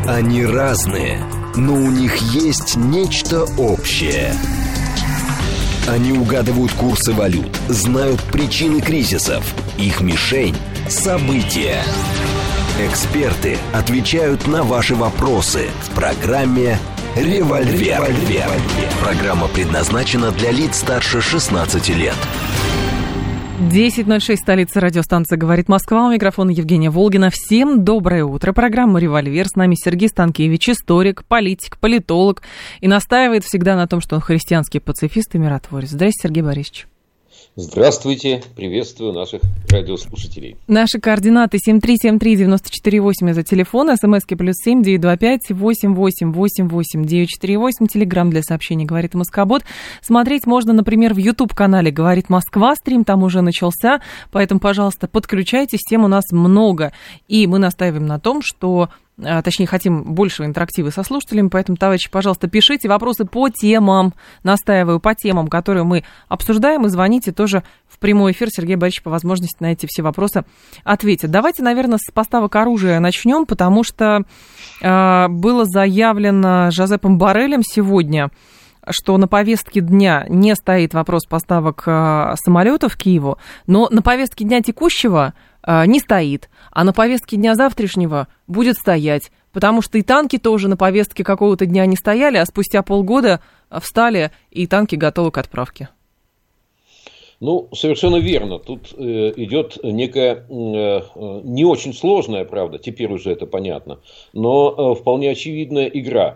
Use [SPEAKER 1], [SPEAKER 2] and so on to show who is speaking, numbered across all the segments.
[SPEAKER 1] Они разные, но у них есть нечто общее. Они угадывают курсы валют, знают причины кризисов. Их мишень – события. Эксперты отвечают на ваши вопросы в программе «Револьвер». Программа предназначена для лиц старше 16 лет.
[SPEAKER 2] 10:06, столица, радиостанция «Говорит Москва». У микрофона Евгения Волгина. Всем доброе утро. Программа «Револьвер». С нами Сергей Станкевич, историк, политик, политолог. И настаивает всегда на том, что он христианский пацифист и миротворец. Здравствуйте, Сергей Борисович.
[SPEAKER 3] Здравствуйте, приветствую наших радиослушателей.
[SPEAKER 2] Наши координаты 7373948, это телефон, смски +7 925 8888 948, телеграм для сообщений «Говорит Москобот». Смотреть можно, например, в YouTube-канале «Говорит Москва», стрим там уже начался, поэтому, пожалуйста, подключайтесь, тем у нас много. И мы настаиваем на том, что... Точнее, хотим большего интерактива со слушателями, поэтому, товарищи, пожалуйста, пишите вопросы по темам, настаиваю, по темам, которые мы обсуждаем, и звоните тоже в прямой эфир. Сергей Борисович по возможности на эти все вопросы ответит. Давайте, наверное, с поставок оружия начнем, потому что было заявлено Жозепом Борреллем сегодня, что на повестке дня не стоит вопрос поставок самолетов Киеву, но на повестке дня текущего не стоит, а на повестке дня завтрашнего будет стоять, потому что и танки тоже на повестке какого-то дня не стояли, а спустя полгода встали, и танки готовы к отправке.
[SPEAKER 3] Ну, совершенно верно. Тут идет некая не очень сложная, правда, теперь уже это понятно, но вполне очевидная игра.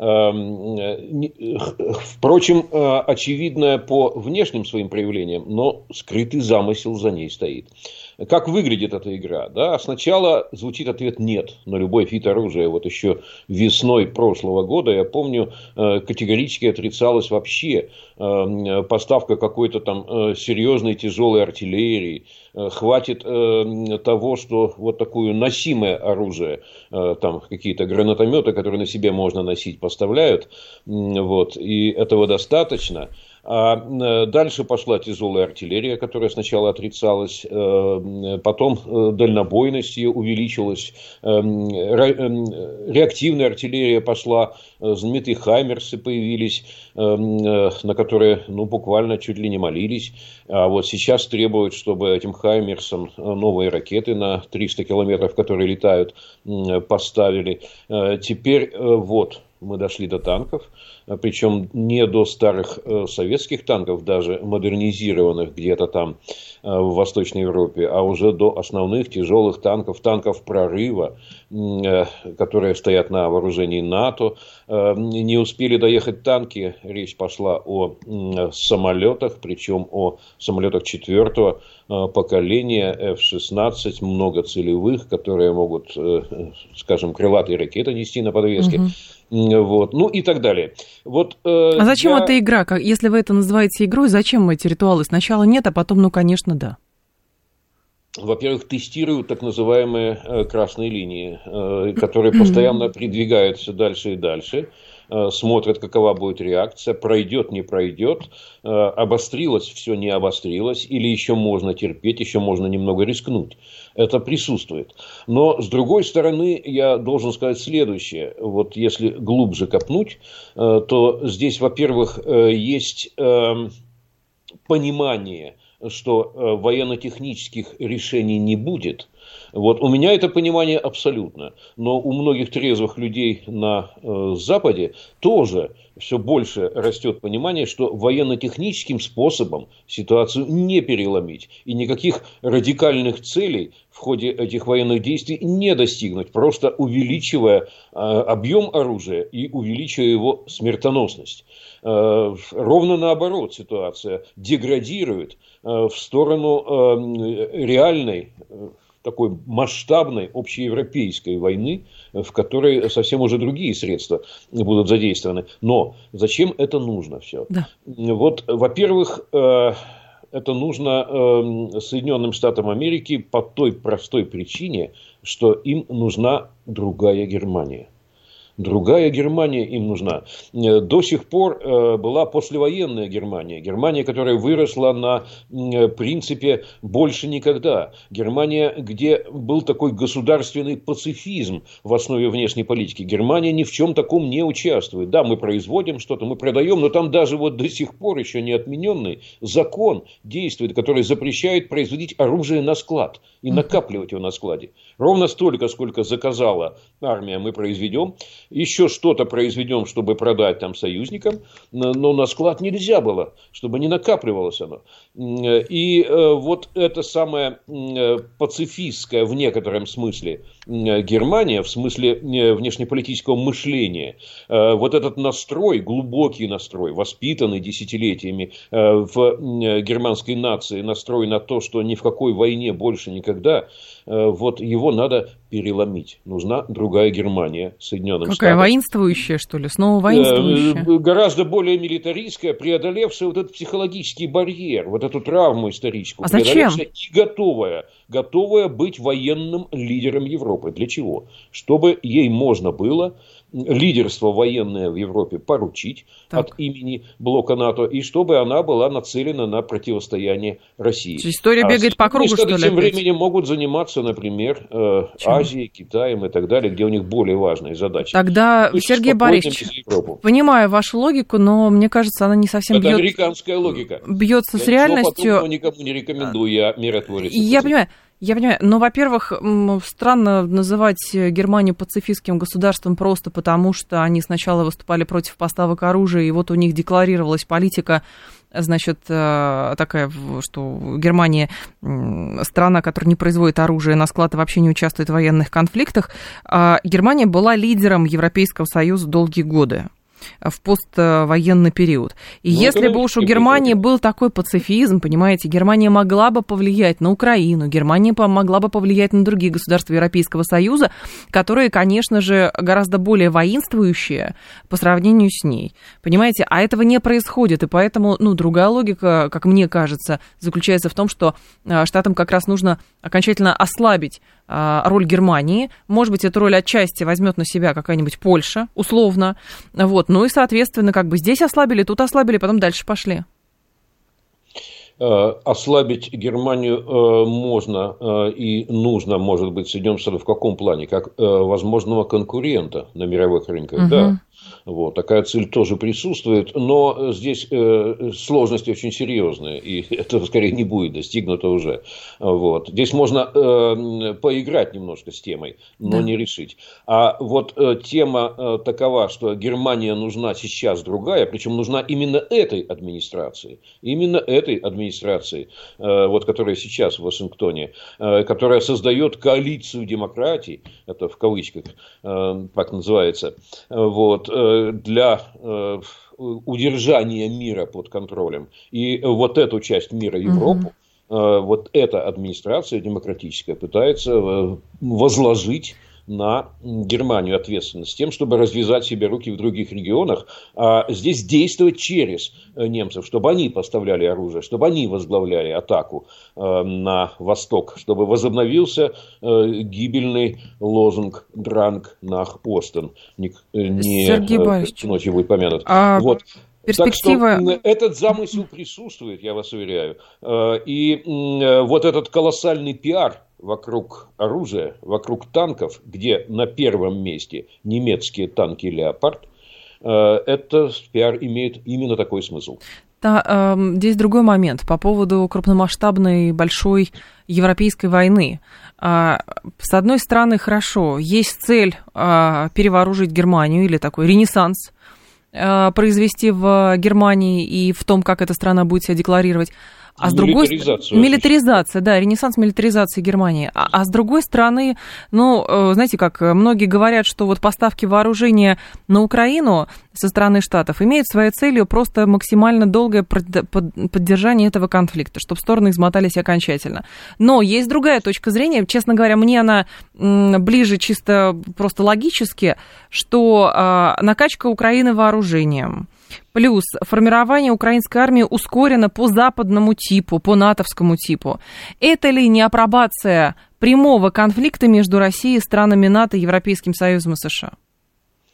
[SPEAKER 3] Впрочем, очевидная по внешним своим проявлениям, но скрытый замысел за ней стоит. Как выглядит эта игра? Да, сначала звучит ответ «нет» на любой вид оружия. Вот еще весной прошлого года, я помню, категорически отрицалась вообще поставка какой-то там серьезной тяжелой артиллерии. Хватит того, что вот такое носимое оружие, там какие-то гранатометы, которые на себе можно носить, поставляют, вот, и этого достаточно. А дальше пошла тяжелая артиллерия, которая сначала отрицалась, потом дальнобойность ее увеличилась, реактивная артиллерия пошла, знаменитые хаймерсы появились, на которые буквально чуть ли не молились. А вот сейчас требуют, чтобы этим хаймерсам новые ракеты на 300 километров, которые летают, поставили. Теперь вот мы дошли до танков, причем не до старых советских танков, даже модернизированных где-то там в Восточной Европе, а уже до основных тяжелых танков, танков прорыва, которые стоят на вооружении НАТО. Не успели доехать танки, речь пошла о самолетах, причем о самолетах 4-го поколения, F-16, многоцелевых, которые могут, скажем, крылатые ракеты нести на подвеске. Вот, ну и так далее. Вот,
[SPEAKER 2] а зачем эта игра? Если вы это называете игрой, зачем эти ритуалы? Сначала нет, а потом, конечно, да.
[SPEAKER 3] Во-первых, тестируют так называемые красные линии, которые постоянно придвигают все дальше и дальше. Смотрят, какова будет реакция, пройдет, не пройдет, обострилось, все не обострилось, или еще можно терпеть, еще можно немного рискнуть. Это присутствует. Но, с другой стороны, я должен сказать следующее. Вот если глубже копнуть, то здесь, во-первых, есть понимание, что военно-технических решений не будет. Вот у меня это понимание абсолютно, но у многих трезвых людей на Западе тоже все больше растет понимание, что военно-техническим способом ситуацию не переломить и никаких радикальных целей в ходе этих военных действий не достигнуть, просто увеличивая объем оружия и увеличивая его смертоносность. Ровно наоборот ситуация деградирует в сторону реальной, такой масштабной общеевропейской войны, в которой совсем уже другие средства будут задействованы. Но зачем это нужно все? Да. Вот, во-первых, это нужно Соединенным Штатам Америки по той простой причине, что им нужна другая Германия. Другая Германия им нужна. До сих пор была послевоенная Германия. Германия, которая выросла на принципе «больше никогда». Германия, где был такой государственный пацифизм в основе внешней политики. Германия ни в чем таком не участвует. Да, мы производим что-то, мы продаем, но там даже вот до сих пор еще не отмененный закон действует, который запрещает производить оружие на склад и накапливать его на складе. Ровно столько, сколько заказала армия, мы произведем. Еще что-то произведем, чтобы продать там союзникам, но на склад нельзя было, чтобы не накапливалось оно. И вот это самая пацифистская в некотором смысле Германия, в смысле внешнеполитического мышления, вот этот настрой, глубокий настрой, воспитанный десятилетиями в германской нации, настрой на то, что ни в какой войне больше никогда, вот его надо переломить. Нужна другая Германия, Соединенным Штатам.
[SPEAKER 2] Какая, воинствующая, что ли? Снова воинствующая?
[SPEAKER 3] Гораздо более милитаристская, преодолевшая вот этот психологический барьер, вот эту травму историческую.
[SPEAKER 2] А зачем?
[SPEAKER 3] И готовая быть военным лидером Европы. Для чего? Чтобы ей можно было лидерство военное в Европе поручить от имени блока НАТО, и чтобы она была нацелена на противостояние России.
[SPEAKER 2] История бегает по кругу, что ли?
[SPEAKER 3] Тем временем могут заниматься, например, Азией, Китаем и так далее, где у них более важные задачи.
[SPEAKER 2] Тогда, Сергей Борисович, понимаю вашу логику, но мне кажется, она не совсем
[SPEAKER 3] это американская логика.
[SPEAKER 2] Бьется с реальностью.
[SPEAKER 3] Я никому не рекомендую, я миротворец.
[SPEAKER 2] Я понимаю, но, во-первых, странно называть Германию пацифистским государством просто потому, что они сначала выступали против поставок оружия, и вот у них декларировалась политика, значит, такая, что Германия страна, которая не производит оружие на склад и вообще не участвует в военных конфликтах. Германия была лидером Европейского Союза долгие годы в поствоенный период. И если бы уж у Германии был такой пацифизм, понимаете, Германия могла бы повлиять на Украину, Германия могла бы повлиять на другие государства Европейского Союза, которые, конечно же, гораздо более воинствующие по сравнению с ней. Понимаете, а этого не происходит, и поэтому, другая логика, как мне кажется, заключается в том, что Штатам как раз нужно окончательно ослабить роль Германии. Может быть, эту роль отчасти возьмет на себя какая-нибудь Польша, условно. Вот. Ну и, соответственно, как бы здесь ослабили, тут ослабили, потом дальше пошли.
[SPEAKER 3] Ослабить Германию можно и нужно, может быть, Соединенным Штатам в каком плане? Как возможного конкурента на мировых рынках, да. Вот, такая цель тоже присутствует, но здесь сложности очень серьезные, и это скорее не будет достигнуто уже. Вот. Здесь можно поиграть немножко с темой, но не решить. А вот тема такова, что Германия нужна сейчас другая, причем нужна именно этой администрации, вот, которая сейчас в Вашингтоне, которая создает коалицию демократий, это в кавычках так называется, вот, для удержания мира под контролем. И вот эту часть мира, Европу, вот эта администрация демократическая пытается возложить на Германию ответственность с тем, чтобы развязать себе руки в других регионах, а здесь действовать через немцев, чтобы они поставляли оружие, чтобы они возглавляли атаку на восток, чтобы возобновился гибельный лозунг «Дранг нах Остен».
[SPEAKER 2] Сергей Борисович,
[SPEAKER 3] ночью будет помянут. Вот.
[SPEAKER 2] Перспектива...
[SPEAKER 3] Так что этот замысел присутствует, я вас уверяю. И вот этот колоссальный пиар вокруг оружия, вокруг танков, где на первом месте немецкие танки «Леопард», этот пиар имеет именно такой смысл.
[SPEAKER 2] Да, здесь другой момент по поводу крупномасштабной большой европейской войны. С одной стороны, хорошо, есть цель перевооружить Германию или такой ренессанс произвести в Германии и в том, как эта страна будет себя декларировать. А с другой стороны, милитаризация, да, ренессанс милитаризации Германии. А с другой стороны, знаете, как многие говорят, что вот поставки вооружения на Украину со стороны Штатов имеют своей целью просто максимально долгое поддержание этого конфликта, чтобы стороны измотались окончательно. Но есть другая точка зрения, честно говоря, мне она ближе чисто просто логически, что накачка Украины вооружением, плюс формирование украинской армии ускорено по западному типу, по натовскому типу. Это ли не апробация прямого конфликта между Россией, странами НАТО, Европейским Союзом и США?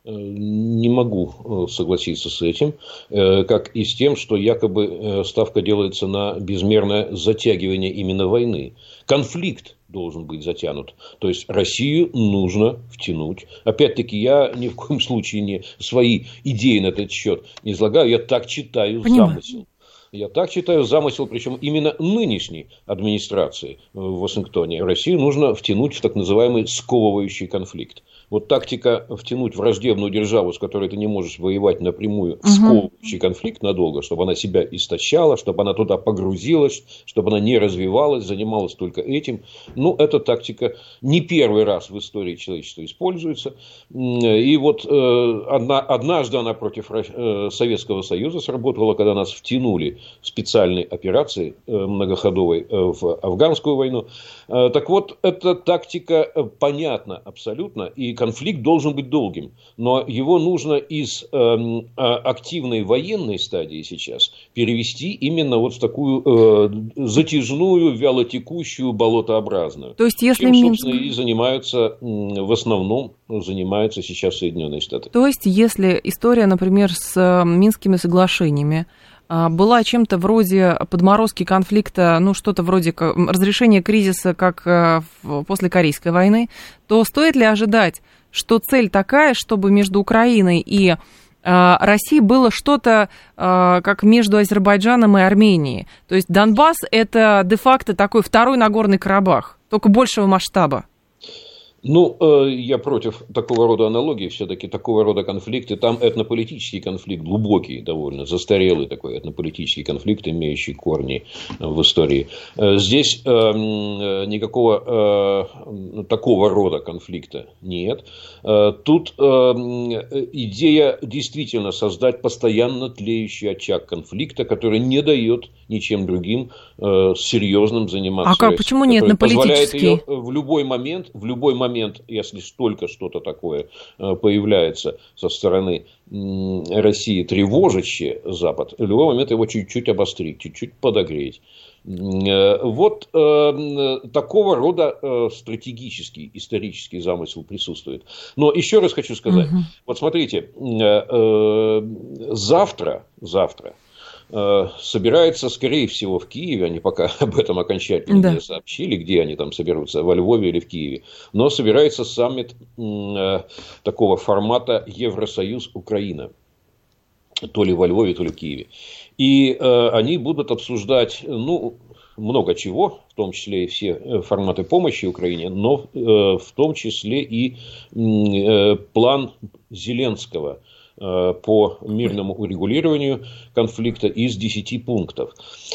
[SPEAKER 3] Не могу согласиться с этим, как и с тем, что якобы ставка делается на безмерное затягивание именно войны. Конфликт должен быть затянут. То есть Россию нужно втянуть. Опять-таки, я ни в коем случае не свои идеи на этот счет не излагаю. Я так читаю замысел. Я так читаю замысел, причем именно нынешней администрации в Вашингтоне. Россию нужно втянуть в так называемый сковывающий конфликт. Вот тактика втянуть враждебную державу, с которой ты не можешь воевать напрямую, в сковывающий конфликт надолго, чтобы она себя истощала, чтобы она туда погрузилась, чтобы она не развивалась, занималась только этим. Ну, эта тактика не первый раз в истории человечества используется. И вот однажды она против Советского Союза сработала, когда нас втянули в специальные операции многоходовой в афганскую войну. Так вот, эта тактика понятна абсолютно, и конфликт должен быть долгим, но его нужно из активной военной стадии сейчас перевести именно вот в такую затяжную, вялотекущую, болотообразную.
[SPEAKER 2] То есть, если
[SPEAKER 3] чем, собственно, и занимаются, в основном занимаются сейчас Соединенные Штаты.
[SPEAKER 2] То есть, если история, например, с Минскими соглашениями была чем-то вроде подморозки конфликта, ну, что-то вроде разрешения кризиса, как после Корейской войны, то стоит ли ожидать, что цель такая, чтобы между Украиной и Россией было что-то, как между Азербайджаном и Арменией? То есть Донбасс – это де-факто такой второй Нагорный Карабах, только большего масштаба.
[SPEAKER 3] Ну, я против такого рода аналогий, все-таки такого рода конфликты. Там этнополитический конфликт, глубокий довольно, застарелый такой этнополитический конфликт, имеющий корни в истории. Здесь никакого такого рода конфликта нет. Тут идея действительно создать постоянно тлеющий очаг конфликта, который не дает ничем другим серьезным заниматься.
[SPEAKER 2] А как? Почему нет? На политический?
[SPEAKER 3] Позволяет ее в любой момент, если только что-то такое появляется со стороны России, тревожащее Запад, в любой момент его чуть-чуть обострить, чуть-чуть подогреть. Вот такого рода стратегический, исторический замысел присутствует. Но еще раз хочу сказать, вот смотрите, завтра собирается, скорее всего, в Киеве, они пока об этом окончательно не сообщили, где они там соберутся, во Львове или в Киеве, но собирается саммит такого формата Евросоюз-Украина, то ли во Львове, то ли в Киеве. И они будут обсуждать, много чего, в том числе и все форматы помощи Украине, но в том числе и план Зеленского по мирному урегулированию конфликта из 10 пунктов.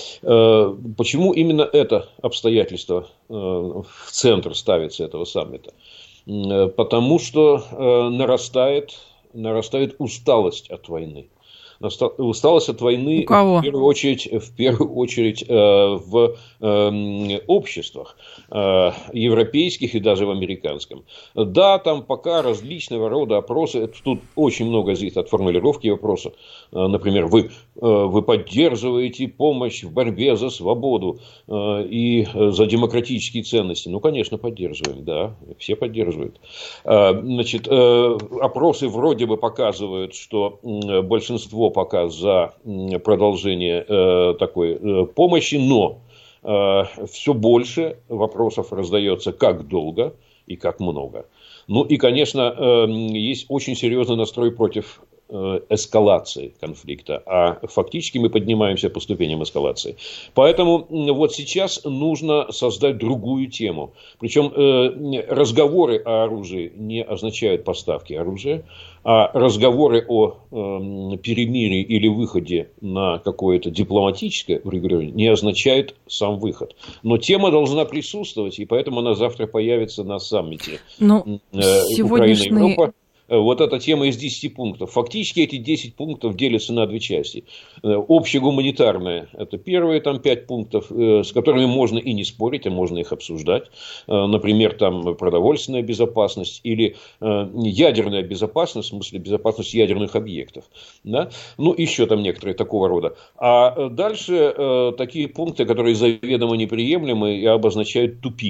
[SPEAKER 3] Почему именно это обстоятельство в центр ставится этого саммита? Потому что нарастает усталость от войны. Усталость от войны в первую очередь в обществах европейских и даже в американском. Да, там пока различного рода опросы, тут очень много зависит от формулировки вопроса. Например, вы поддерживаете помощь в борьбе за свободу и за демократические ценности. Ну, конечно, поддерживаем, да, все поддерживают. Значит, опросы вроде бы показывают, что большинство пока за продолжение такой помощи, но все больше вопросов раздается, как долго и как много. Ну и, конечно, есть очень серьезный настрой против эскалации конфликта, а фактически мы поднимаемся по ступеням эскалации. Поэтому вот сейчас нужно создать другую тему. Причем разговоры о оружии не означают поставки оружия, а разговоры о перемирии или выходе на какое-то дипломатическое урегулирование не означают сам выход. Но тема должна присутствовать, и поэтому она завтра появится на саммите Украина и Европа. Вот эта тема из 10 пунктов. Фактически эти 10 пунктов делятся на две части. Общегуманитарная – это первые 5 пунктов, с которыми можно и не спорить, а можно их обсуждать. Например, там продовольственная безопасность или ядерная безопасность, в смысле безопасность ядерных объектов. Да? Ну, еще там некоторые такого рода. А дальше такие пункты, которые заведомо неприемлемы и обозначают тупик.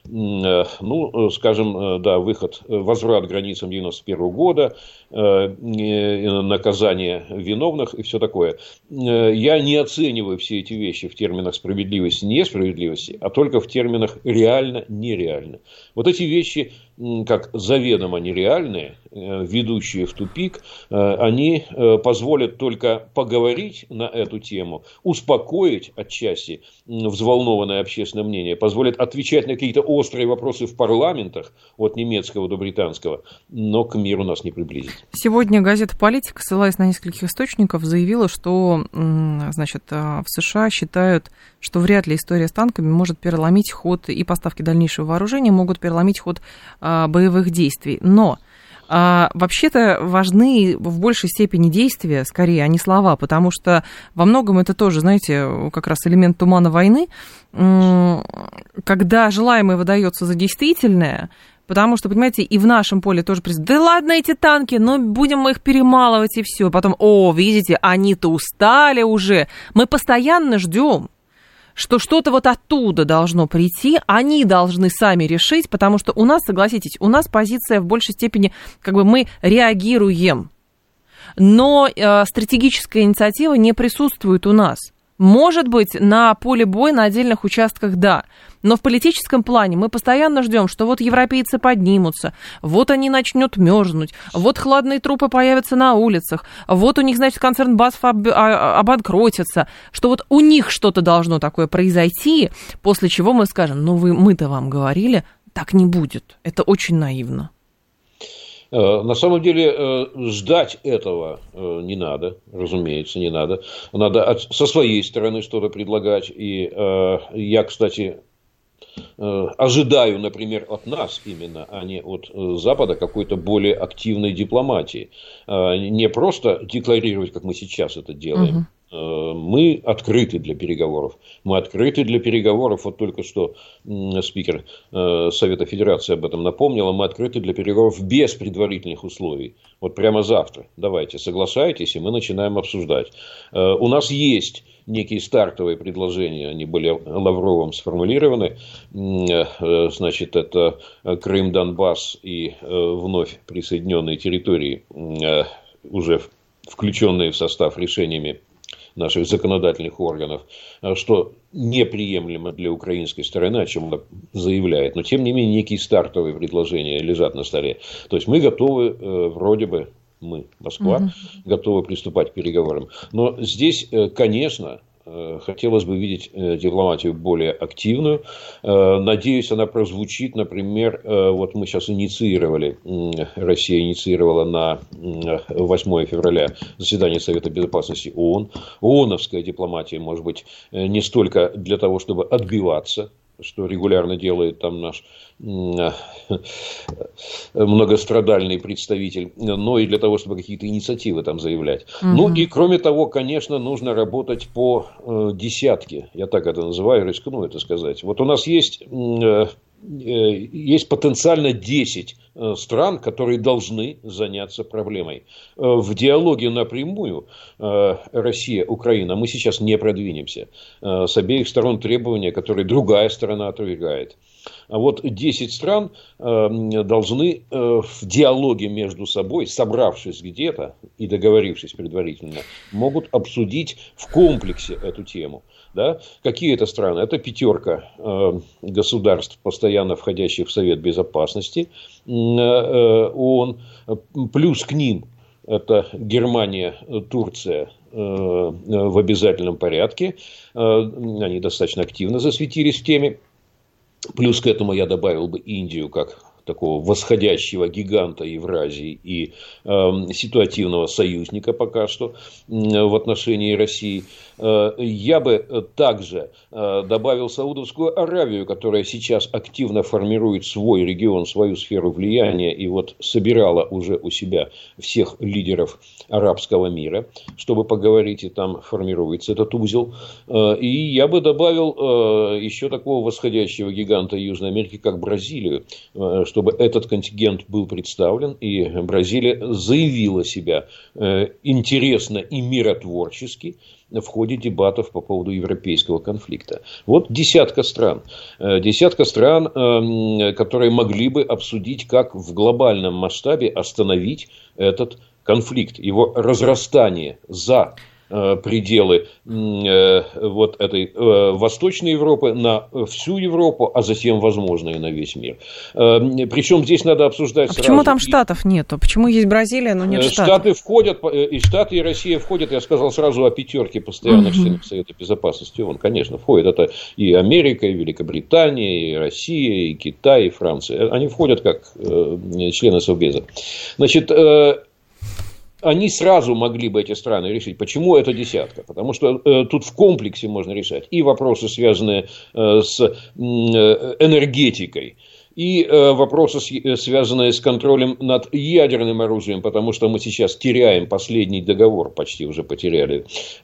[SPEAKER 3] скажем, да, возврат к границам 91 года, наказание виновных и все такое. Я не оцениваю все эти вещи в терминах справедливости, несправедливости, а только в терминах реально, нереально. Вот эти вещи, как заведомо нереальные, ведущие в тупик, они позволят только поговорить на эту тему, успокоить отчасти взволнованное общественное мнение, позволят отвечать на какие-то острые вопросы в парламентах от немецкого до британского, но к миру нас не приблизит.
[SPEAKER 2] Сегодня газета «Политика», ссылаясь на нескольких источников, заявила, что, значит, в США считают, что вряд ли история с танками может переломить ход, и поставки дальнейшего вооружения могут переломить ход боевых действий. Но вообще-то важны в большей степени действия, скорее, а не слова, потому что во многом это тоже, знаете, как раз элемент тумана войны, когда желаемое выдается за действительное. Потому что, понимаете, и в нашем поле тоже да ладно эти танки, но будем мы их перемалывать и все. Потом, видите, они-то устали уже. Мы постоянно ждем, что что-то вот оттуда должно прийти, они должны сами решить, потому что у нас, согласитесь, у нас позиция в большей степени, как бы мы реагируем, но стратегическая инициатива не присутствует у нас. Может быть, на поле боя, на отдельных участках, да. Но в политическом плане мы постоянно ждем, что вот европейцы поднимутся, вот они начнут мерзнуть, вот хладные трупы появятся на улицах, вот у них, значит, концерн БАСФ обанкротится, что вот у них что-то должно такое произойти, после чего мы скажем, мы-то вам говорили, так не будет. Это очень наивно.
[SPEAKER 3] На самом деле ждать этого не надо, разумеется, не надо. Надо со своей стороны что-то предлагать. И я, кстати, ожидаю, например, от нас именно, а не от Запада, какой-то более активной дипломатии. Не просто декларировать, как мы сейчас это делаем. Мы открыты для переговоров. Мы открыты для переговоров. Вот только что спикер Совета Федерации об этом напомнила. Мы открыты для переговоров без предварительных условий. Вот прямо завтра. Давайте, соглашайтесь, и мы начинаем обсуждать. У нас есть некие стартовые предложения. Они были Лавровым сформулированы. Значит, это Крым, Донбасс и вновь присоединенные территории, уже включенные в состав решениями наших законодательных органов, что неприемлемо для украинской стороны, о чем она заявляет. Но, тем не менее, некие стартовые предложения лежат на столе. То есть, мы готовы, вроде бы, Москва, готовы приступать к переговорам. Но здесь, конечно, хотелось бы видеть дипломатию более активную. Надеюсь, она прозвучит, например, вот мы сейчас Россия инициировала на 8 февраля заседание Совета Безопасности ООН. ООНовская дипломатия, может быть, не столько для того, чтобы отбиваться, что регулярно делает там наш многострадальный представитель, но и для того, чтобы какие-то инициативы там заявлять. Ну и кроме того, конечно, нужно работать по десятке, я так это называю, рискну это сказать. Вот у нас есть потенциально 10 стран, которые должны заняться проблемой. В диалоге напрямую Россия, Украина мы сейчас не продвинемся. С обеих сторон требования, которые другая сторона отвергает. А вот 10 стран должны в диалоге между собой, собравшись где-то и договорившись предварительно, могут обсудить в комплексе эту тему. Да? Какие это страны? Это 5 государств, постоянно входящих в Совет Безопасности ООН, плюс к ним это Германия, Турция в обязательном порядке. Они достаточно активно засветились в теме. Плюс к этому я добавил бы Индию как такого восходящего гиганта Евразии и ситуативного союзника пока что в отношении России. Я бы также добавил Саудовскую Аравию, которая сейчас активно формирует свой регион, свою сферу влияния и вот собирала уже у себя всех лидеров арабского мира, чтобы поговорить, и там формируется этот узел. И я бы добавил еще такого восходящего гиганта Южной Америки, как Бразилию, что чтобы этот контингент был представлен, и Бразилия заявила себя интересно и миротворчески в ходе дебатов по поводу европейского конфликта. Вот десятка стран, которые могли бы обсудить, как в глобальном масштабе остановить этот конфликт, его разрастание за пределы вот этой Восточной Европы на всю Европу, а затем, возможно, и на весь мир. Причем здесь надо обсуждать сразу.
[SPEAKER 2] Почему там штатов нету? Почему есть Бразилия, но нет штатов?
[SPEAKER 3] Штаты входят, и Штаты, и Россия входят, я сказал сразу о пятерке постоянных членов Совета Безопасности ООН. Конечно, входят. Это и Америка, и Великобритания, и Россия, и Китай, и Франция. Они входят как члены Совбеза. Значит, они сразу могли бы, эти страны, решить. Почему это десятка? Потому что тут в комплексе можно решать и вопросы, связанные с энергетикой, и вопросы, связанные с контролем над ядерным оружием, потому что мы сейчас теряем последний договор, почти уже потеряли,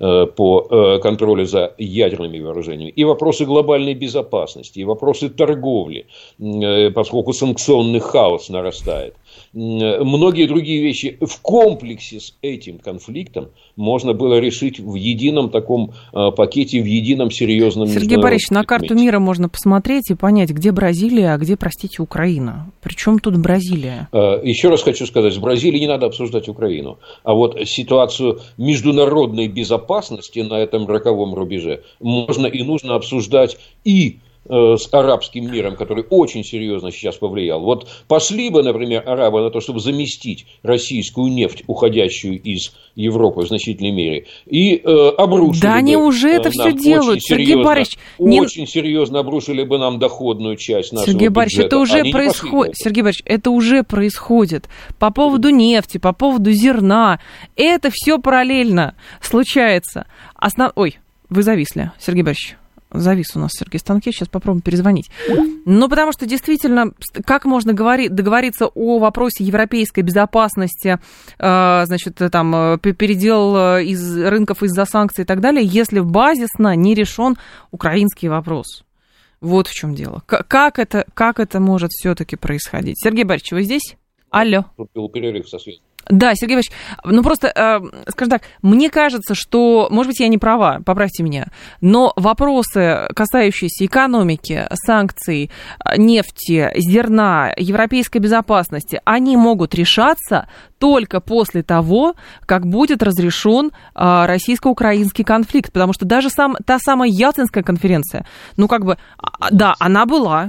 [SPEAKER 3] по контролю за ядерными вооружениями, и вопросы глобальной безопасности, и вопросы торговли, поскольку санкционный хаос нарастает. Многие другие вещи в комплексе с этим конфликтом можно было решить в едином таком пакете, в едином серьезном международном
[SPEAKER 2] Сергей Борисович, на
[SPEAKER 3] документе.
[SPEAKER 2] карту мира можно посмотреть и понять, где Бразилия, а где, простите, Украина. Причем тут Бразилия?
[SPEAKER 3] Еще раз хочу сказать, с Бразилией не надо обсуждать Украину. А вот ситуацию международной безопасности на этом роковом рубеже можно и нужно обсуждать и с арабским миром, который очень серьезно сейчас повлиял. Вот пошли бы, например, арабы на то, чтобы заместить российскую нефть, уходящую из Европы в значительной мере, и обрушили
[SPEAKER 2] да
[SPEAKER 3] бы
[SPEAKER 2] они уже это все делают, Сергей Борисович.
[SPEAKER 3] Очень серьезно обрушили бы нам доходную часть нашего
[SPEAKER 2] Сергей Борисович,
[SPEAKER 3] бюджета.
[SPEAKER 2] это уже происходит. Сергей Борисович, это уже происходит. По поводу нефти, по поводу зерна. Это все параллельно случается. Ой, вы зависли, Сергей Борисович. Завис у нас Сергей Станкевич, сейчас попробуем перезвонить. Ну, потому что действительно, как можно договориться о вопросе европейской безопасности, значит, там, передел из рынков из-за санкций и так далее, если базисно не решен украинский вопрос? Вот в чем дело. Как это может все-таки происходить? Сергей Борисович, вы здесь? Алло.
[SPEAKER 3] Тут был перерыв со светом.
[SPEAKER 2] Да, Сергей Борисович, ну просто, скажем так, мне кажется, что, может быть, я не права, поправьте меня, но вопросы, касающиеся экономики, санкций, нефти, зерна, европейской безопасности, они могут решаться только после того, как будет разрешен российско-украинский конфликт, потому что даже та самая Ялтинская конференция, ну как бы, да, она была,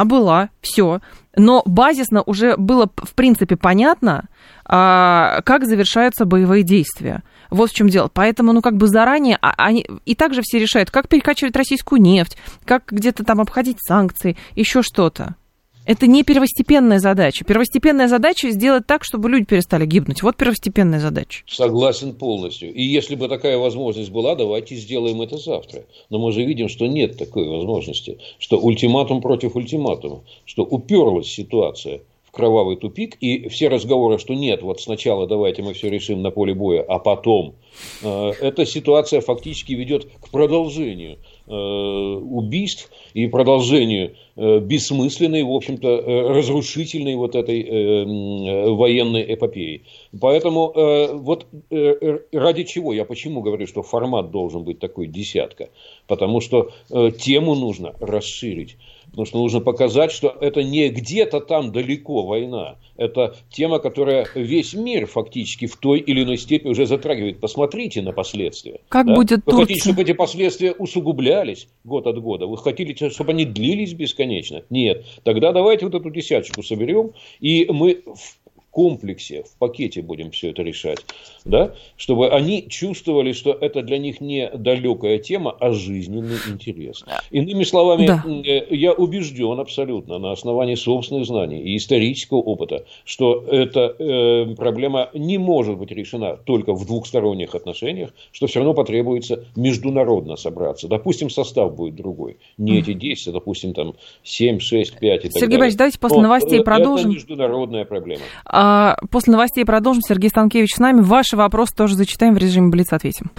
[SPEAKER 2] все, но базисно уже было, в принципе, понятно, как завершаются боевые действия. Вот в чем дело. Поэтому, ну, как бы заранее они и также все решают, как перекачивать российскую нефть, как где-то там обходить санкции, еще что-то. Это не первостепенная задача. Первостепенная задача сделать так, чтобы люди перестали гибнуть. Вот первостепенная задача.
[SPEAKER 3] Согласен полностью. И если бы такая возможность была, давайте сделаем это завтра. Но мы же видим, что нет такой возможности. Что ультиматум против ультиматума. Что уперлась ситуация в кровавый тупик. И все разговоры, что нет, вот сначала давайте мы все решим на поле боя, а потом. Эта ситуация фактически ведет к продолжению убийств и продолжению бессмысленной, в общем-то, разрушительной вот этой военной эпопеи. Поэтому вот ради чего? Я почему говорю, что формат должен быть такой десятка? Потому что тему нужно расширить. Потому что нужно показать, что это не где-то там далеко война. Это тема, которая весь мир фактически в той или иной степени уже затрагивает. Посмотрите на последствия.
[SPEAKER 2] Как будет Турция?
[SPEAKER 3] Вы хотите, чтобы эти последствия усугублялись год от года? Вы хотите, чтобы они длились бесконечно? Нет. Тогда давайте вот эту десяточку соберем, и мы в комплексе, в пакете будем все это решать, да? Чтобы они чувствовали, что это для них не далекая тема, а жизненный интерес. Иными словами, да. Я убежден абсолютно на основании собственных знаний и исторического опыта, что эта проблема не может быть решена только в двухсторонних отношениях, что все равно потребуется международно собраться. Допустим, состав будет другой. Не эти 10, а, допустим, там 7, 6, 5 и так далее.
[SPEAKER 2] Сергей Борисович, давайте после новостей продолжим.
[SPEAKER 3] Это международная проблема.
[SPEAKER 2] После новостей продолжим. Сергей Станкевич с нами. Ваши вопросы тоже зачитаем в режиме Блиц, ответим.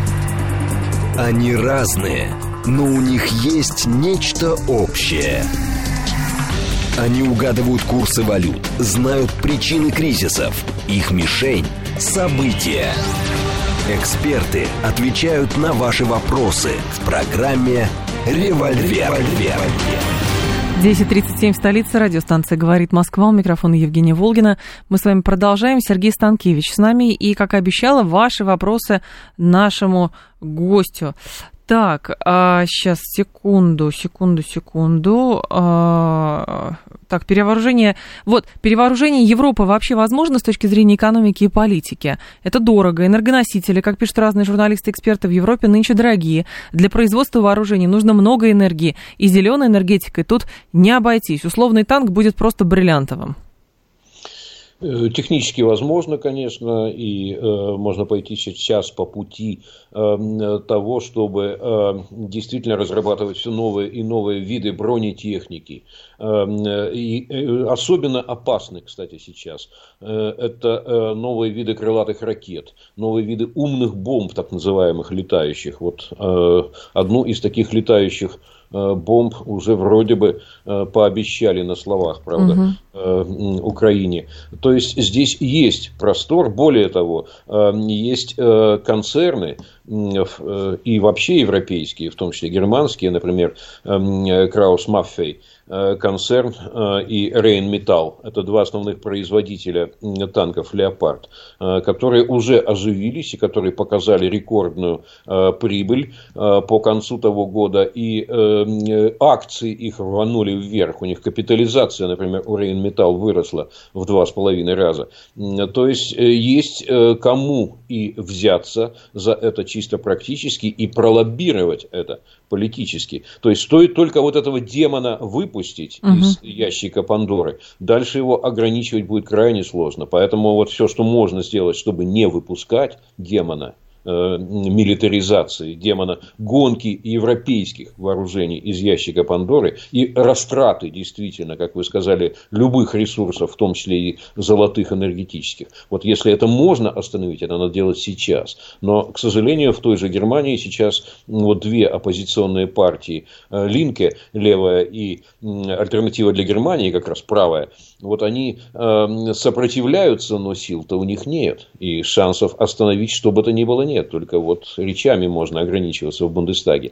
[SPEAKER 1] Они разные, но у них есть нечто общее. Они угадывают курсы валют, знают причины кризисов. Их мишень – события. Эксперты отвечают на ваши вопросы в программе «Револьвер».
[SPEAKER 2] 10:37 в столице. Радиостанция «Говорит Москва». У микрофона Евгения Волгина. Мы с вами продолжаем. Сергей Станкевич с нами. И, как обещала, ваши вопросы нашему гостю. Так, сейчас, секунду. Так, перевооружение Европы вообще возможно с точки зрения экономики и политики? Это дорого. Энергоносители, как пишут разные журналисты-эксперты, в Европе нынче дорогие. Для производства вооружений нужно много энергии. И зеленой энергетикой тут не обойтись. Условный танк будет просто бриллиантовым.
[SPEAKER 3] Технически возможно, конечно, и можно пойти сейчас по пути того, чтобы действительно разрабатывать все новые и новые виды бронетехники. И особенно опасны, кстати, сейчас. Это новые виды крылатых ракет, новые виды умных бомб, так называемых летающих. Вот одну из таких летающих бомб уже вроде бы пообещали на словах, правда, Украине. То есть здесь есть простор, более того, есть концерны и вообще европейские, в том числе германские, например, Краус Маффей концерн и Рейнметалл. Это два основных производителя танков «Леопард», которые уже оживились и которые показали рекордную прибыль по концу того года. И акции их рванули вверх. У них капитализация, например, у Рейнметалл выросла в 2,5 раза. То есть есть кому и взяться за это чисто практически и пролоббировать это политически. То есть стоит только вот этого демона выпустить из ящика Пандоры, дальше его ограничивать будет крайне сложно. Поэтому вот все, что можно сделать, чтобы не выпускать демона милитаризации, демона гонки европейских вооружений из ящика Пандоры и растраты, действительно, как вы сказали, любых ресурсов, в том числе и золотых энергетических. Вот если это можно остановить, это надо делать сейчас. Но, к сожалению, в той же Германии сейчас вот две оппозиционные партии, Линке, левая, и Альтернатива для Германии, как раз правая, вот они сопротивляются, но сил-то у них нет. И шансов остановить что бы то ни было нет. Только вот речами можно ограничиваться в Бундестаге.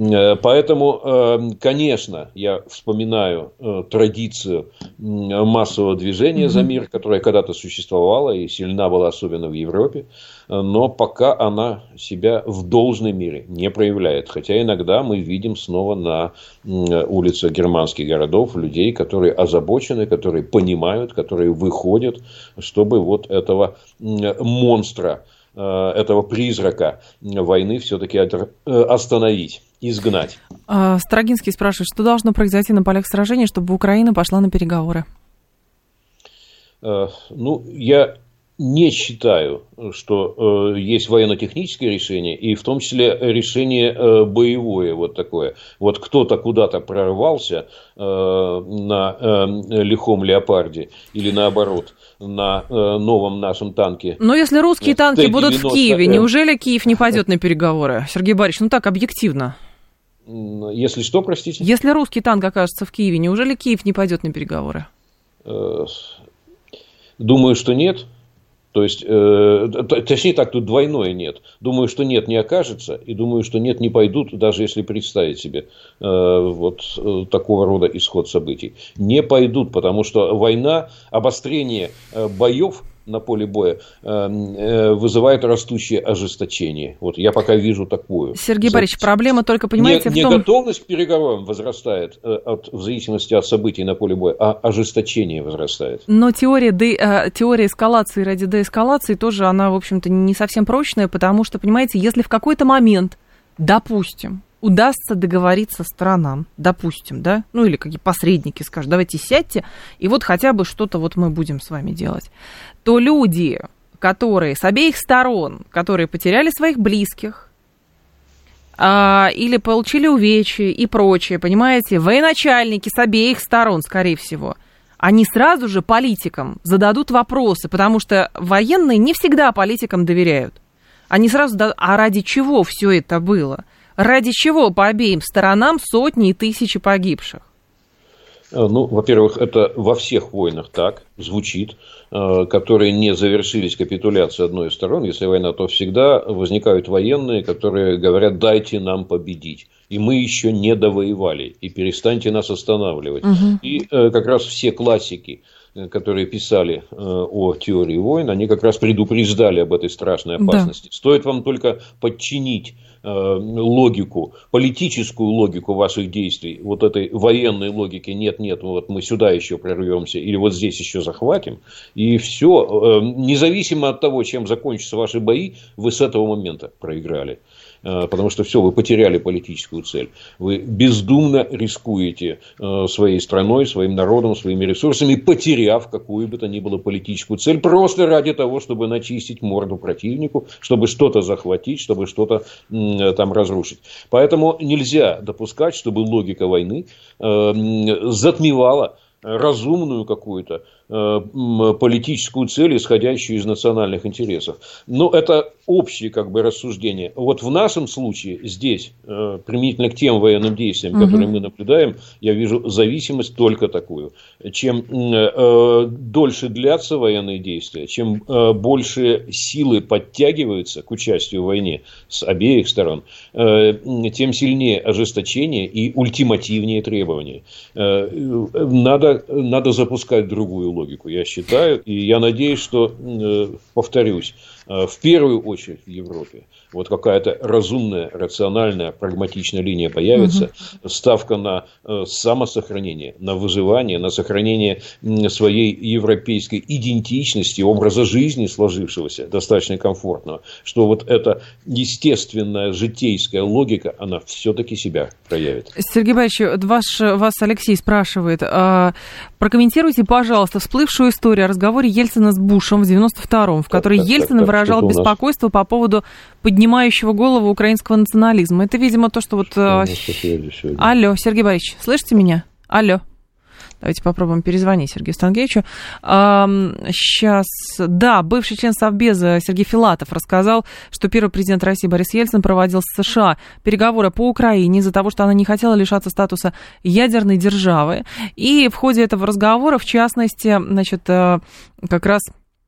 [SPEAKER 3] Поэтому, конечно, я вспоминаю традицию массового движения за мир, которая когда-то существовала и сильна была, особенно в Европе. Но пока она себя в должной мере не проявляет. Хотя иногда мы видим снова на улицах германских городов людей, которые озабочены, которые понимают, которые выходят, чтобы вот этого монстра, этого призрака войны все-таки остановить, изгнать.
[SPEAKER 2] Строгинский спрашивает, что должно произойти на полях сражений, чтобы Украина пошла на переговоры?
[SPEAKER 3] Я не считаю, что есть военно-техническое решение, и в том числе решение боевое вот такое. Вот кто-то куда-то прорвался на лихом «Леопарде» или наоборот на новом нашем танке.
[SPEAKER 2] Но если русские танки будут в Киеве, неужели Киев не пойдет на переговоры? Сергей Борисович, так объективно.
[SPEAKER 3] Если что, простите?
[SPEAKER 2] Если русский танк окажется в Киеве, неужели Киев не пойдет на переговоры?
[SPEAKER 3] Думаю, что нет. То есть, точнее так, тут двойное нет. Думаю, что нет, не окажется, и думаю, что нет, не пойдут, даже если представить себе вот такого рода исход событий. Не пойдут, потому что война, обострение боев на поле боя вызывает растущее ожесточение. Вот я пока вижу такую.
[SPEAKER 2] Сергей Борисович, проблема только, понимаете, в том...
[SPEAKER 3] Не готовность к переговорам возрастает в зависимости от событий на поле боя, а ожесточение возрастает.
[SPEAKER 2] Но теория эскалации ради деэскалации тоже, она, в общем-то, не совсем прочная, потому что, понимаете, если в какой-то момент, допустим, удастся договориться сторонам, допустим, да, или какие посредники скажут, давайте сядьте, и вот хотя бы что-то вот мы будем с вами делать, то люди, которые с обеих сторон, которые потеряли своих близких, или получили увечья и прочее, понимаете, военачальники с обеих сторон, скорее всего, они сразу же политикам зададут вопросы, потому что военные не всегда политикам доверяют. Они сразу зададут, а ради чего все это было? Ради чего по обеим сторонам сотни и тысячи погибших?
[SPEAKER 3] Ну, во-первых, это во всех войнах так звучит, которые не завершились капитуляцией одной из сторон. Если война, то всегда возникают военные, которые говорят: дайте нам победить. И мы еще не довоевали, и перестаньте нас останавливать. И как раз все классики, которые писали о теории войн, они как раз предупреждали об этой страшной опасности. Да. Стоит вам только подчинить логику, политическую логику ваших действий вот этой военной логике: нет, вот мы сюда еще прорвемся или вот здесь еще захватим, и все, независимо от того, чем закончатся ваши бои, вы с этого момента проиграли. Потому что все, вы потеряли политическую цель. Вы бездумно рискуете своей страной, своим народом, своими ресурсами, потеряв какую бы то ни было политическую цель, просто ради того, чтобы начистить морду противнику, чтобы что-то захватить, чтобы что-то там разрушить. Поэтому нельзя допускать, чтобы логика войны затмевала разумную какую-то политическую цель, исходящую из национальных интересов. Но это общее как бы рассуждение. Вот в нашем случае здесь, применительно к тем военным действиям, которые мы наблюдаем, я вижу зависимость только такую. Чем дольше длятся военные действия, чем больше силы подтягиваются к участию в войне с обеих сторон, тем сильнее ожесточение и ультимативнее требования. Надо запускать другую логику, я считаю, и я надеюсь, что, повторюсь, в первую очередь в Европе вот какая-то разумная, рациональная, прагматичная линия появится, ставка на самосохранение, на выживание, на сохранение своей европейской идентичности, образа жизни сложившегося, достаточно комфортного, что вот эта естественная житейская логика, она все-таки себя проявит.
[SPEAKER 2] Сергей Борисович, вас Алексей спрашивает, прокомментируйте, пожалуйста, всплывшую историю о разговоре Ельцина с Бушем в 92-м, в которой Ельцин выражал беспокойство по поводу поднимающего голову украинского национализма. Это, видимо, то, что вот... Алло, Сергей Борисович, слышите меня? Алло. Давайте попробуем перезвонить Сергею Станкевичу. Сейчас, да, бывший член Совбеза Сергей Филатов рассказал, что первый президент России Борис Ельцин проводил с США переговоры по Украине из-за того, что она не хотела лишаться статуса ядерной державы. И в ходе этого разговора, в частности, значит, как раз...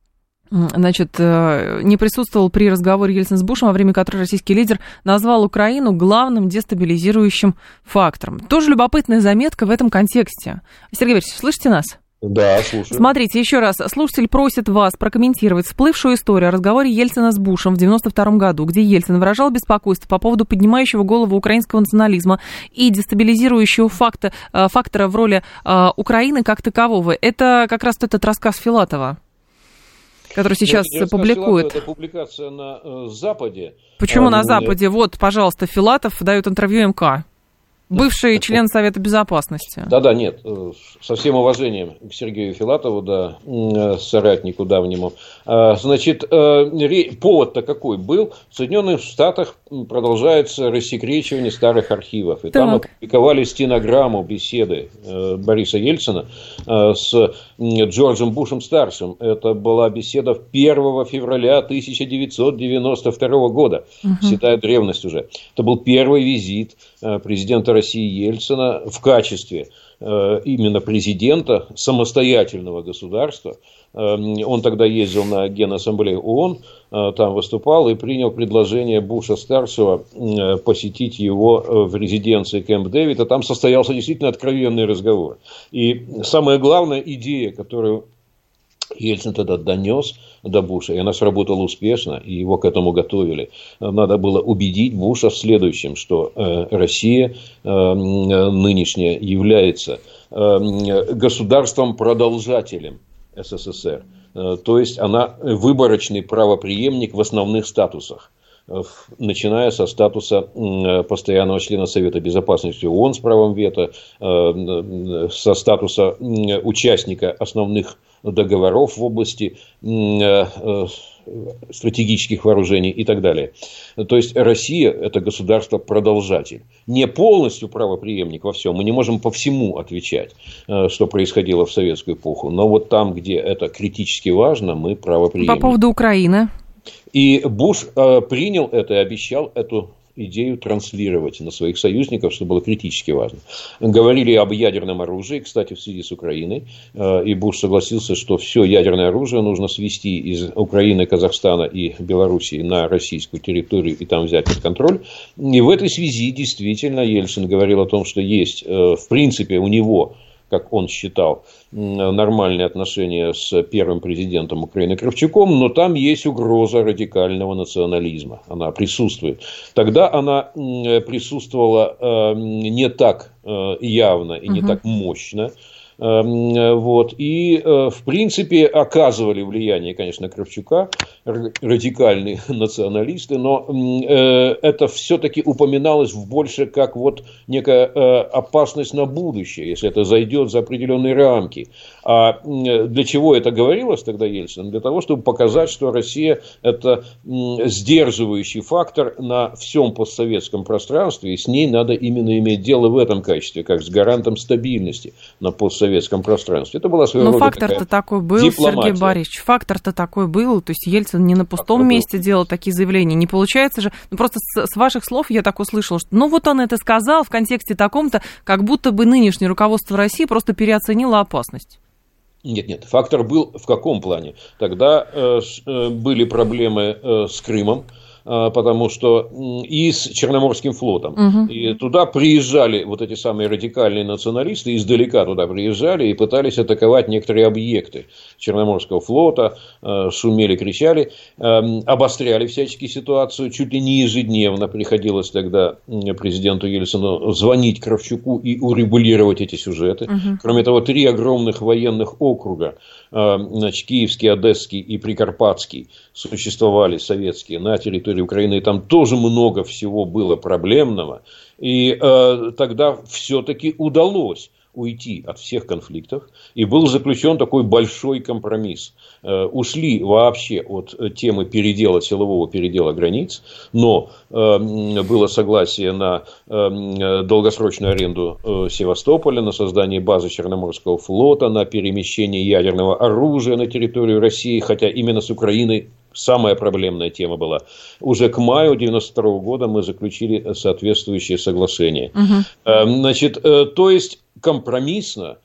[SPEAKER 2] не присутствовал при разговоре Ельцин с Бушем, во время которого российский лидер назвал Украину главным дестабилизирующим фактором. Тоже любопытная заметка в этом контексте. Сергей Борисович, слышите нас?
[SPEAKER 3] Да, слушаю.
[SPEAKER 2] Смотрите, еще раз, слушатель просит вас прокомментировать всплывшую историю о разговоре Ельцина с Бушем в 92 году, где Ельцин выражал беспокойство по поводу поднимающего голову украинского национализма и дестабилизирующего фактора в роли Украины как такового. Это как раз этот рассказ Филатова, который сейчас публикует.
[SPEAKER 3] Это публикация на Западе.
[SPEAKER 2] Почему на Западе? Вот, пожалуйста, Филатов дает интервью МК. Бывший член Совета Безопасности.
[SPEAKER 3] Да, нет, со всем уважением к Сергею Филатову, да, соратнику давнему. Значит, повод-то какой был? В Соединенных Штатах продолжается рассекречивание старых архивов. И там опубликовали стенограмму беседы Бориса Ельцина с Джорджем Бушем-старшим. Это была беседа 1 февраля 1992 года, считая древность уже. Это был первый визит президента России Ельцина в качестве именно президента самостоятельного государства. Он тогда ездил на Генассамблею ООН, там выступал и принял предложение Буша-старшего посетить его в резиденции Кэмп-Дэвид. А там состоялся действительно откровенный разговор. И самая главная идея, которую Ельцин тогда донес до Буша, и она сработала успешно, и его к этому готовили. Надо было убедить Буша в следующем, что Россия нынешняя является государством-продолжателем СССР. То есть она выборочный правопреемник в основных статусах, начиная со статуса постоянного члена Совета Безопасности ООН с правом вето, со статуса участника основных договоров в области стратегических вооружений и так далее. То есть Россия – это государство-продолжатель. Не полностью правопреемник во всем. Мы не можем по всему отвечать, что происходило в советскую эпоху. Но вот там, где это критически важно, мы правопреемник.
[SPEAKER 2] По поводу Украины.
[SPEAKER 3] И Буш принял это и обещал эту идею транслировать на своих союзников, что было критически важно. Говорили об ядерном оружии, кстати, в связи с Украиной. И Буш согласился, что все ядерное оружие нужно свести из Украины, Казахстана и Белоруссии на российскую территорию и там взять под контроль. И в этой связи действительно Ельцин говорил о том, что есть, в принципе, у него, как он считал, нормальные отношения с первым президентом Украины Кравчуком, но там есть угроза радикального национализма. Она присутствует. Тогда она присутствовала не так явно и не так мощно. Вот. И, в принципе, оказывали влияние, конечно, Кравчука, радикальные националисты, но это все-таки упоминалось больше как вот некая опасность на будущее, если это зайдет за определенные рамки. А для чего это говорилось тогда Ельцин? Для того, чтобы показать, что Россия – это сдерживающий фактор на всем постсоветском пространстве, и с ней надо именно иметь дело в этом качестве, как с гарантом стабильности на постсоветском пространстве. Это была своего рода
[SPEAKER 2] фактор-то такой был,
[SPEAKER 3] дипломатия.
[SPEAKER 2] Сергей Борисович, фактор-то такой был, то есть Ельцин не на пустом месте делал такие заявления. Не получается же, просто с ваших слов я так услышала, что ну вот он это сказал в контексте таком-то, как будто бы нынешнее руководство России просто переоценило опасность.
[SPEAKER 3] Нет, фактор был в каком плане? Тогда были проблемы с Крымом, потому что и с Черноморским флотом. И туда приезжали вот эти самые радикальные националисты, издалека туда приезжали и пытались атаковать некоторые объекты Черноморского флота, шумели, кричали, обостряли всячески ситуацию, чуть ли не ежедневно приходилось тогда президенту Ельцину звонить Кравчуку и урегулировать эти сюжеты. Кроме того, 3 огромных военных округа, значит, Киевский, Одесский и Прикарпатский, существовали советские на территории Украины, и там тоже много всего было проблемного, и тогда все-таки удалось уйти от всех конфликтов, и был заключен такой большой компромисс. Ушли вообще от темы силового передела границ, но было согласие на долгосрочную аренду Севастополя, на создание базы Черноморского флота, на перемещение ядерного оружия на территорию России, хотя именно с Украиной самая проблемная тема была. Уже к маю 1992 года мы заключили соответствующее соглашение. Значит, то есть компромиссно,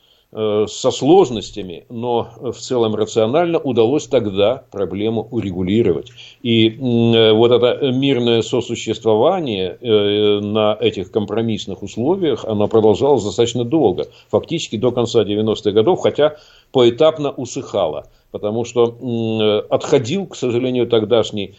[SPEAKER 3] со сложностями, но в целом рационально удалось тогда проблему урегулировать. И вот это мирное сосуществование на этих компромиссных условиях, оно продолжалось достаточно долго, фактически до конца 90-х годов, хотя поэтапно усыхало. Потому что отходил, к сожалению, тогдашний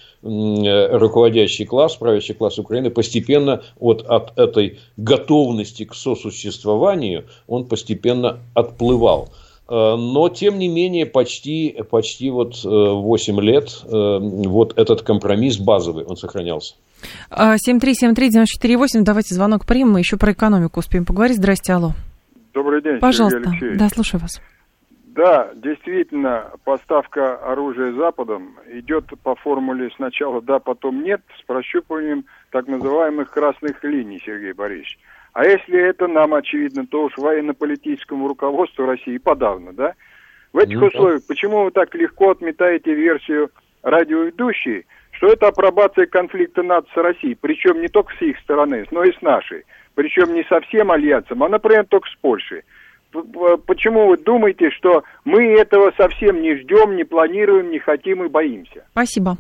[SPEAKER 3] руководящий класс, правящий класс Украины, постепенно от этой готовности к сосуществованию, он постепенно отплывал. Но, тем не менее, почти вот 8 лет вот этот компромисс базовый, он сохранялся.
[SPEAKER 2] 7373948, давайте звонок примем, мы еще про экономику успеем поговорить. Здрасте, алло.
[SPEAKER 4] Добрый день,
[SPEAKER 2] пожалуйста.
[SPEAKER 4] Сергей Алексеевич.
[SPEAKER 2] Да, слушаю вас.
[SPEAKER 4] Да, действительно, поставка оружия Западом идет по формуле сначала да, потом нет, с прощупыванием так называемых красных линий, Сергей Борисович. А если это нам очевидно, то уж военно-политическому руководству России подавно, да? В этих условиях, почему вы так легко отметаете версию радиоведущей, что это апробация конфликта НАТО с Россией, причем не только с их стороны, но и с нашей, причем не со всем альянсом, а, например, только с Польшей. Почему вы думаете, что мы этого совсем не ждем, не планируем, не хотим и боимся?
[SPEAKER 2] Спасибо.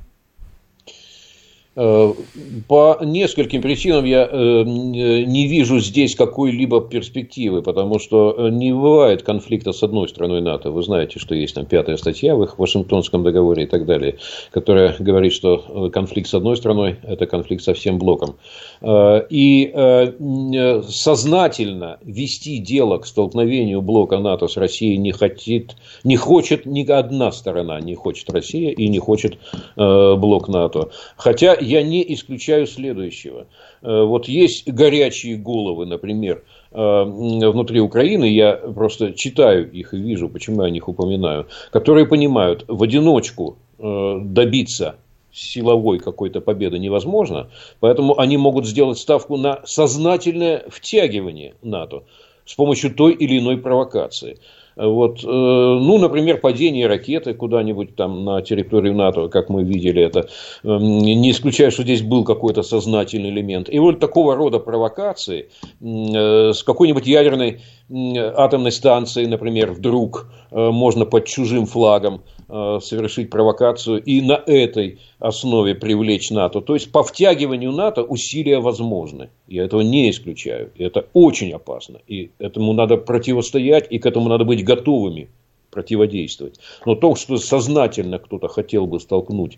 [SPEAKER 3] По нескольким причинам я не вижу здесь какой-либо перспективы, потому что не бывает конфликта с одной страной НАТО. Вы знаете, что есть там 5-я статья в их Вашингтонском договоре и так далее, которая говорит, что конфликт с одной страной – это конфликт со всем блоком. И сознательно вести дело к столкновению блока НАТО с Россией не хочет ни одна сторона, не хочет Россия и не хочет блок НАТО. Хотя я не исключаю следующего. Вот есть горячие головы, например, внутри Украины, я просто читаю их и вижу, почему я о них упоминаю, которые понимают, в одиночку добиться силовой какой-то победы невозможно, поэтому они могут сделать ставку на сознательное втягивание НАТО с помощью той или иной провокации. Вот, ну, например, падение ракеты куда-нибудь там на территорию НАТО, как мы видели это, не исключаю, что здесь был какой-то сознательный элемент. И вот такого рода провокации с какой-нибудь ядерной атомной станцией, например, вдруг можно под чужим флагом совершить провокацию и на этой основе привлечь НАТО. То есть, по втягиванию НАТО усилия возможны. Я этого не исключаю. И это очень опасно. И этому надо противостоять, и к этому надо быть готовыми противодействовать. Но то, что сознательно кто-то хотел бы столкнуть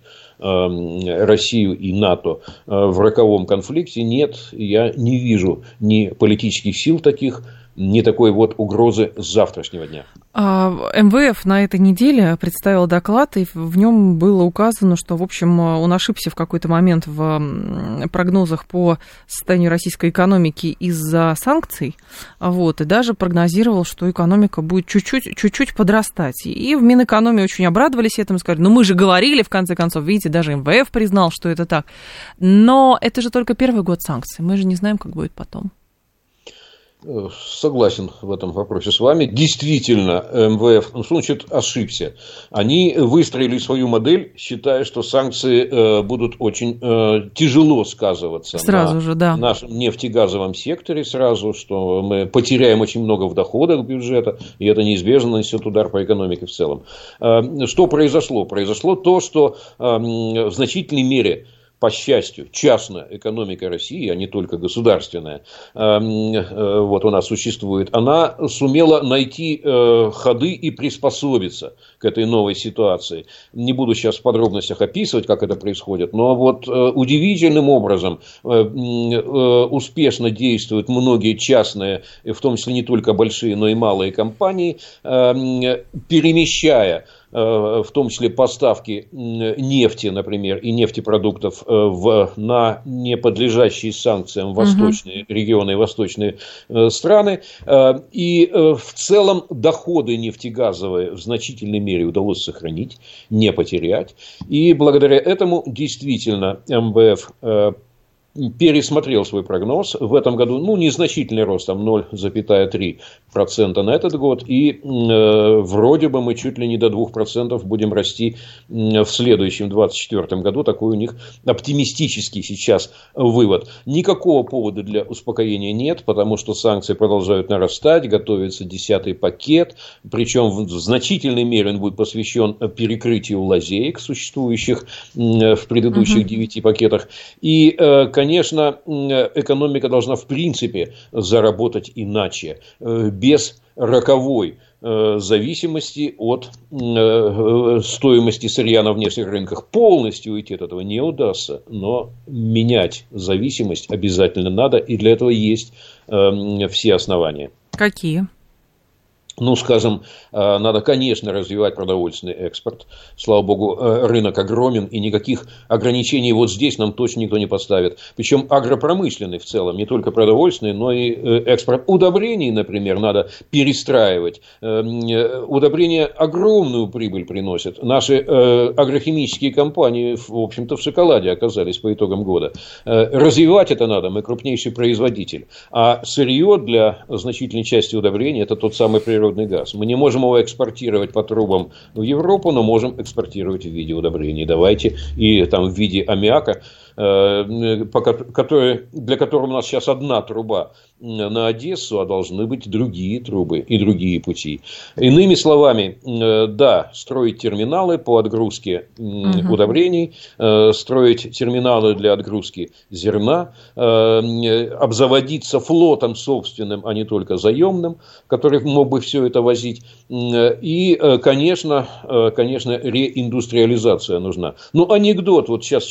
[SPEAKER 3] Россию и НАТО в роковом конфликте, нет, я не вижу ни политических сил таких, не такой вот угрозы с завтрашнего дня.
[SPEAKER 2] МВФ на этой неделе представил доклад, и в нем было указано, что, в общем, он ошибся в какой-то момент в прогнозах по состоянию российской экономики из-за санкций, вот, и даже прогнозировал, что экономика будет чуть-чуть подрастать. И в Минэкономии очень обрадовались этому, сказали, ну мы же говорили, в конце концов, видите, даже МВФ признал, что это так. Но это же только первый год санкций, мы же не знаем, как будет потом.
[SPEAKER 3] Согласен в этом вопросе с вами. Действительно, МВФ, ну, что значит ошибся? Они выстроили свою модель, считая, что санкции будут очень тяжело сказываться
[SPEAKER 2] сразу же, да,
[SPEAKER 3] нашем нефтегазовом секторе сразу, что мы потеряем очень много в доходах бюджета, и это неизбежно нанесет удар по экономике в целом. Что произошло? Произошло то, что в значительной мере, по счастью, частная экономика России, а не только государственная, вот у нас существует, она сумела найти ходы и приспособиться к этой новой ситуации. Не буду сейчас в подробностях описывать, как это происходит, но вот удивительным образом успешно действуют многие частные, в том числе не только большие, но и малые компании, перемещая в том числе поставки нефти, например, и нефтепродуктов на не подлежащие санкциям восточные регионы и восточные страны. И в целом доходы нефтегазовые в значительной мере удалось сохранить, не потерять. И благодаря этому действительно МВФ пересмотрел свой прогноз. В этом году, ну, незначительный рост, там 0,3% на этот год. И вроде бы мы чуть ли не до 2% будем расти в следующем 2024 году. Такой у них оптимистический сейчас вывод. Никакого повода для успокоения нет, потому что санкции продолжают нарастать, готовится 10-й пакет. Причем в значительной мере он будет посвящен перекрытию лазеек, существующих в предыдущих 9 пакетах. И, конечно, экономика должна в принципе заработать иначе, без роковой зависимости от стоимости сырья на внешних рынках. Полностью уйти от этого не удастся, но менять зависимость обязательно надо, и для этого есть все основания.
[SPEAKER 2] Какие?
[SPEAKER 3] Ну, скажем, надо, конечно, развивать продовольственный экспорт. Слава богу, рынок огромен, и никаких ограничений вот здесь нам точно никто не поставит. Причем агропромышленный в целом, не только продовольственный, но и экспорт удобрений, например, надо перестраивать. Удобрения огромную прибыль приносят. Наши агрохимические компании, в общем-то, в шоколаде оказались по итогам года. Развивать это надо, мы крупнейший производитель. А сырье для значительной части удобрений – это тот самый природный газ. Мы не можем его экспортировать по трубам в Европу, но можем экспортировать в виде удобрений. Давайте, и там в виде аммиака, для которого у нас сейчас одна труба на Одессу, а должны быть другие трубы и другие пути. Иными словами, да, строить терминалы по отгрузке удобрений, строить терминалы для отгрузки зерна, обзаводиться флотом собственным, а не только заемным, который мог бы все это возить. И, конечно, реиндустриализация нужна. Ну, анекдот, вот сейчас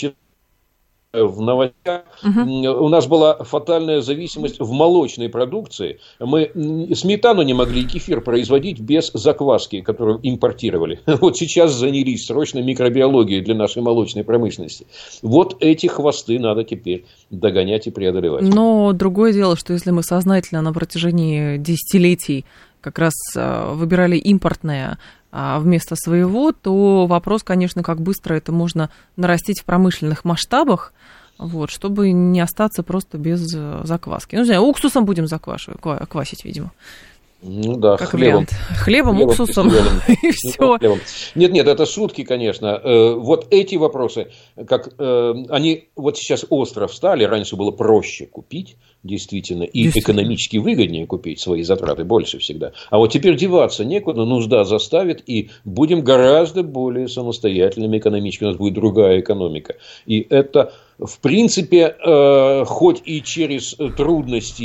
[SPEAKER 3] в новостях, у нас была фатальная зависимость в молочной продукции. Мы сметану не могли и кефир производить без закваски, которую импортировали. Вот сейчас занялись срочно микробиологией для нашей молочной промышленности. Вот эти хвосты надо теперь догонять и преодолевать.
[SPEAKER 2] Но другое дело, что если мы сознательно на протяжении десятилетий как раз выбирали импортное вместо своего, то вопрос, конечно, как быстро это можно нарастить в промышленных масштабах, вот, чтобы не остаться просто без закваски. Ну, не знаю, уксусом будем квасить, видимо.
[SPEAKER 3] Ну да,
[SPEAKER 2] как хлебом. Хлебом, уксусом и все.
[SPEAKER 3] Нет, это шутки, конечно. Вот эти вопросы, они вот сейчас остро встали, раньше было проще купить, действительно, и экономически выгоднее купить, свои затраты больше всегда. А вот теперь деваться некуда, нужда заставит, и будем гораздо более самостоятельными экономически, у нас будет другая экономика. И это, в принципе, хоть и через трудности,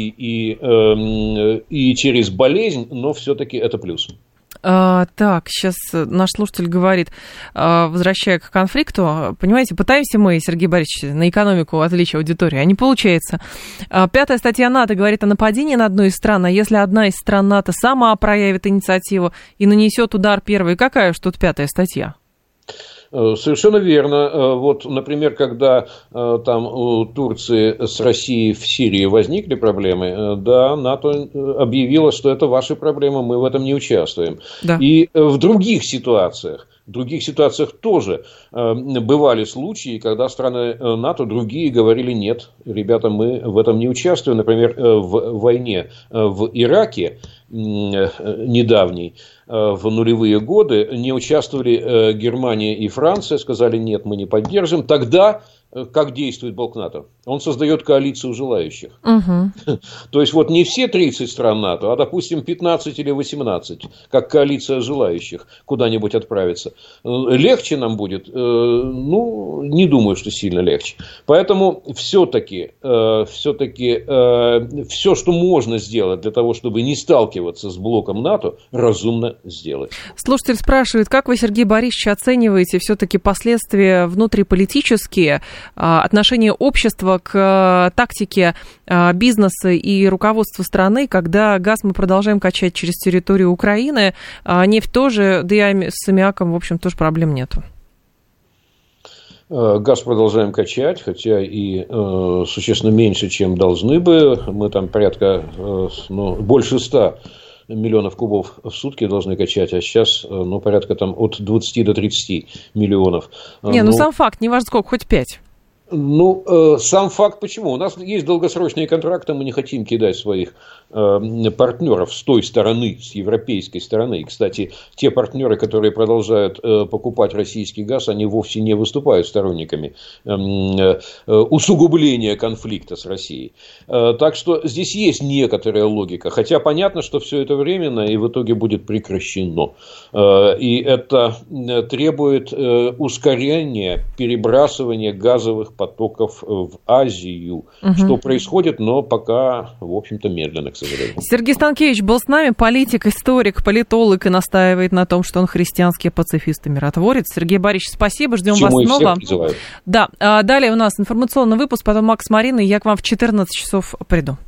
[SPEAKER 3] и через болезнь, но все-таки это плюс.
[SPEAKER 2] Так, сейчас наш слушатель говорит, возвращая к конфликту, понимаете, пытаемся мы, Сергей Борисович, на экономику отвлечь аудиторию, а не получается. 5-я статья НАТО говорит о нападении на одну из стран, а если одна из стран НАТО сама проявит инициативу и нанесет удар первой, какая уж тут 5-я статья?
[SPEAKER 3] Совершенно верно. Вот, например, когда там у Турции с Россией в Сирии возникли проблемы, да, НАТО объявило, что это ваши проблемы, мы в этом не участвуем. Да. И в других ситуациях тоже бывали случаи, когда страны НАТО другие говорили: нет, ребята, мы в этом не участвуем. Например, в войне в Ираке недавней, в нулевые годы, не участвовали Германия и Франция, сказали: нет, мы не поддержим. Тогда как действует блок НАТО? Он создает коалицию желающих. Угу. То есть, вот не все 30 стран НАТО, а, допустим, 15 или 18, как коалиция желающих куда-нибудь отправиться. Легче нам будет? Ну, не думаю, что сильно легче. Поэтому все-таки все, что можно сделать для того, чтобы не сталкиваться с блоком НАТО, разумно сделать.
[SPEAKER 2] Слушатель спрашивает, как вы, Сергей Борисович, оцениваете все-таки последствия внутриполитические, отношение общества к тактике бизнеса и руководства страны, когда газ мы продолжаем качать через территорию Украины, а нефть тоже, да и с аммиаком, в общем, тоже проблем нету.
[SPEAKER 3] Газ продолжаем качать, хотя и существенно меньше, чем должны бы. Мы там порядка, больше 100 миллионов кубов в сутки должны качать, а сейчас, порядка там от 20 до 30 миллионов.
[SPEAKER 2] Сам факт, не важно сколько, хоть 5.
[SPEAKER 3] Сам факт почему? У нас есть долгосрочные контракты, мы не хотим кидать своих партнеров с той стороны, с европейской стороны. И, кстати, те партнеры, которые продолжают покупать российский газ, они вовсе не выступают сторонниками усугубления конфликта с Россией. Так что здесь есть некоторая логика. Хотя понятно, что все это временно и в итоге будет прекращено. И это требует ускорения перебрасывания газовых потоков в Азию, что происходит, но пока, в общем-то, медленно, к сожалению.
[SPEAKER 2] Сергей Станкевич был с нами, политик, историк, политолог, и настаивает на том, что он христианский пацифист и миротворец. Сергей Борисович, спасибо, ждем вас снова. Да, далее у нас информационный выпуск, потом Макс, Марина, и я к вам в 14 часов приду.